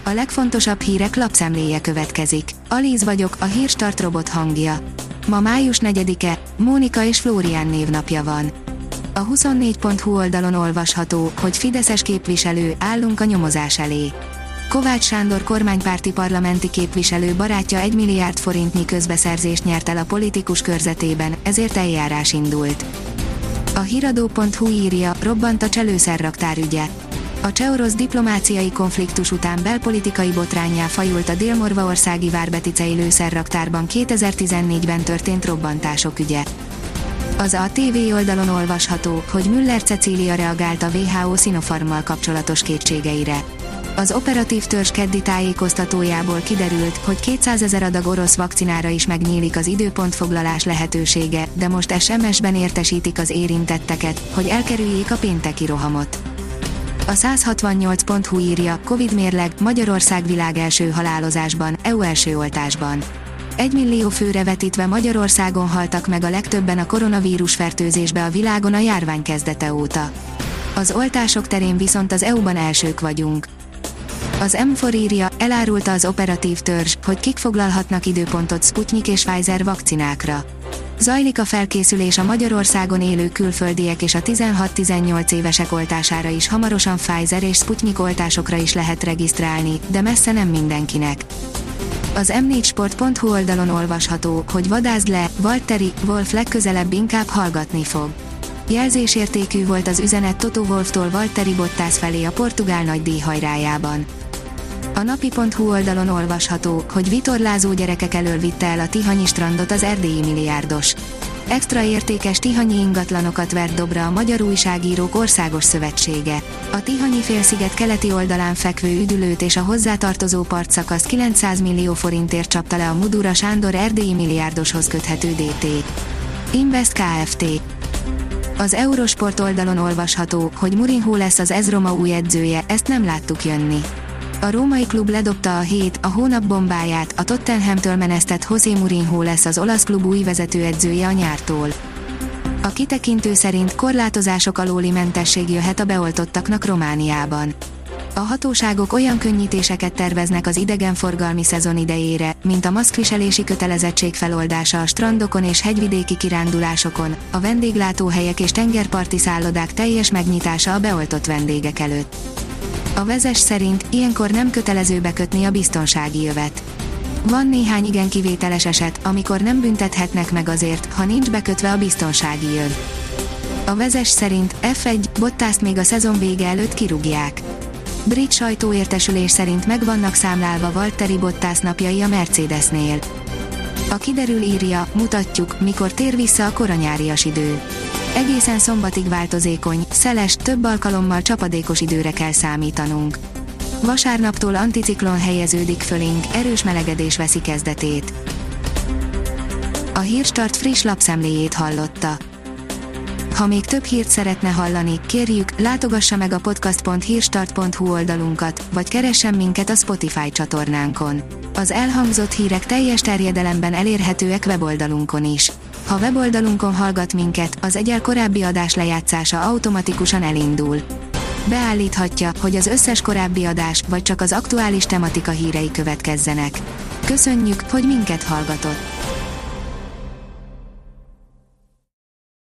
A legfontosabb hírek lapszemléje következik. Alíz vagyok, a Hírstart robot hangja. Ma május 4-e, Mónika és Flórián névnapja van. A 24.hu oldalon olvasható, hogy fideszes képviselő, állunk a nyomozás elé. Kovács Sándor kormánypárti parlamenti képviselő barátja 1 milliárd forintnyi közbeszerzést nyert el a politikus körzetében, ezért eljárás indult. A hiradó.hu írja, robbant a cselőszerraktár ügye. A cseh-orosz diplomáciai konfliktus után belpolitikai botránnyá fajult a Délmorvaországi Várbetice lőszerraktárban 2014-ben történt robbantások ügye. Az ATV oldalon olvasható, hogy Müller Cecília reagált a WHO Sinopharmmal kapcsolatos kétségeire. Az operatív törzs keddi tájékoztatójából kiderült, hogy 200 000 adag orosz vakcinára is megnyílik az időpontfoglalás lehetősége, de most SMS-ben értesítik az érintetteket, hogy elkerüljék a pénteki rohamot. A 168.hu írja, Covid mérleg, Magyarország világ első halálozásban, EU első oltásban. 1 millió főre vetítve Magyarországon haltak meg a legtöbben a koronavírus fertőzésbe a világon a járvány kezdete óta. Az oltások terén viszont az EU-ban elsők vagyunk. Az M4 írja, elárulta az operatív törzs, hogy kik foglalhatnak időpontot Sputnik és Pfizer vakcinákra. Zajlik a felkészülés a Magyarországon élő külföldiek és a 16-18 évesek oltására is, hamarosan Pfizer és Sputnik oltásokra is lehet regisztrálni, de messze nem mindenkinek. Az m4sport.hu oldalon olvasható, hogy vadázd le, Valtteri, Wolff legközelebb inkább hallgatni fog. Jelzésértékű volt az üzenet Toto Wolfftól Valtteri Bottas felé a portugál nagydíj hajrájában. A napi.hu oldalon olvasható, hogy vitorlázó gyerekek elől vitte el a tihanyi strandot az erdélyi milliárdos. Extra értékes tihanyi ingatlanokat vert dobra a Magyar Újságírók Országos Szövetsége. A Tihanyi félsziget keleti oldalán fekvő üdülőt és a hozzátartozó partszakaszt 900 millió forintért csapta le a Mudura Sándor erdélyi milliárdoshoz köthető DT. Invest Kft. Az Eurosport oldalon olvasható, hogy Mourinho lesz az AS Roma új edzője, ezt nem láttuk jönni. A római klub ledobta a hónap bombáját, a Tottenhamtől menesztett José Mourinho lesz az olasz klub új vezetőedzője a nyártól. A kitekintő szerint korlátozások alóli mentesség jöhet a beoltottaknak Romániában. A hatóságok olyan könnyítéseket terveznek az idegenforgalmi szezon idejére, mint a maszkviselési kötelezettség feloldása a strandokon és hegyvidéki kirándulásokon, a vendéglátóhelyek és tengerparti szállodák teljes megnyitása a beoltott vendégek előtt. A Vezes szerint ilyenkor nem kötelező bekötni a biztonsági jövet. Van néhány igen kivételes eset, amikor nem büntethetnek meg azért, ha nincs bekötve a biztonsági jöv. A Vezes szerint F1 Bottaszt még a szezon vége előtt kirúgják. Brit sajtóértesülés szerint meg vannak számlálva Valtteri Bottas napjai a Mercedesnél. A Kiderül írja, mutatjuk, mikor tér vissza a koranyárias idő. Egészen szombatig változékony, szeles, több alkalommal csapadékos időre kell számítanunk. Vasárnaptól anticiklon helyeződik fölénk, erős melegedés veszi kezdetét. A Hírstart friss lapszemléjét hallotta. Ha még több hírt szeretne hallani, kérjük, látogassa meg a podcast.hírstart.hu oldalunkat, vagy keressen minket a Spotify csatornánkon. Az elhangzott hírek teljes terjedelemben elérhetőek weboldalunkon is. Ha weboldalunkon hallgat minket, az egyel korábbi adás lejátszása automatikusan elindul. Beállíthatja, hogy az összes korábbi adás, vagy csak az aktuális tematika hírei következzenek. Köszönjük, hogy minket hallgatott!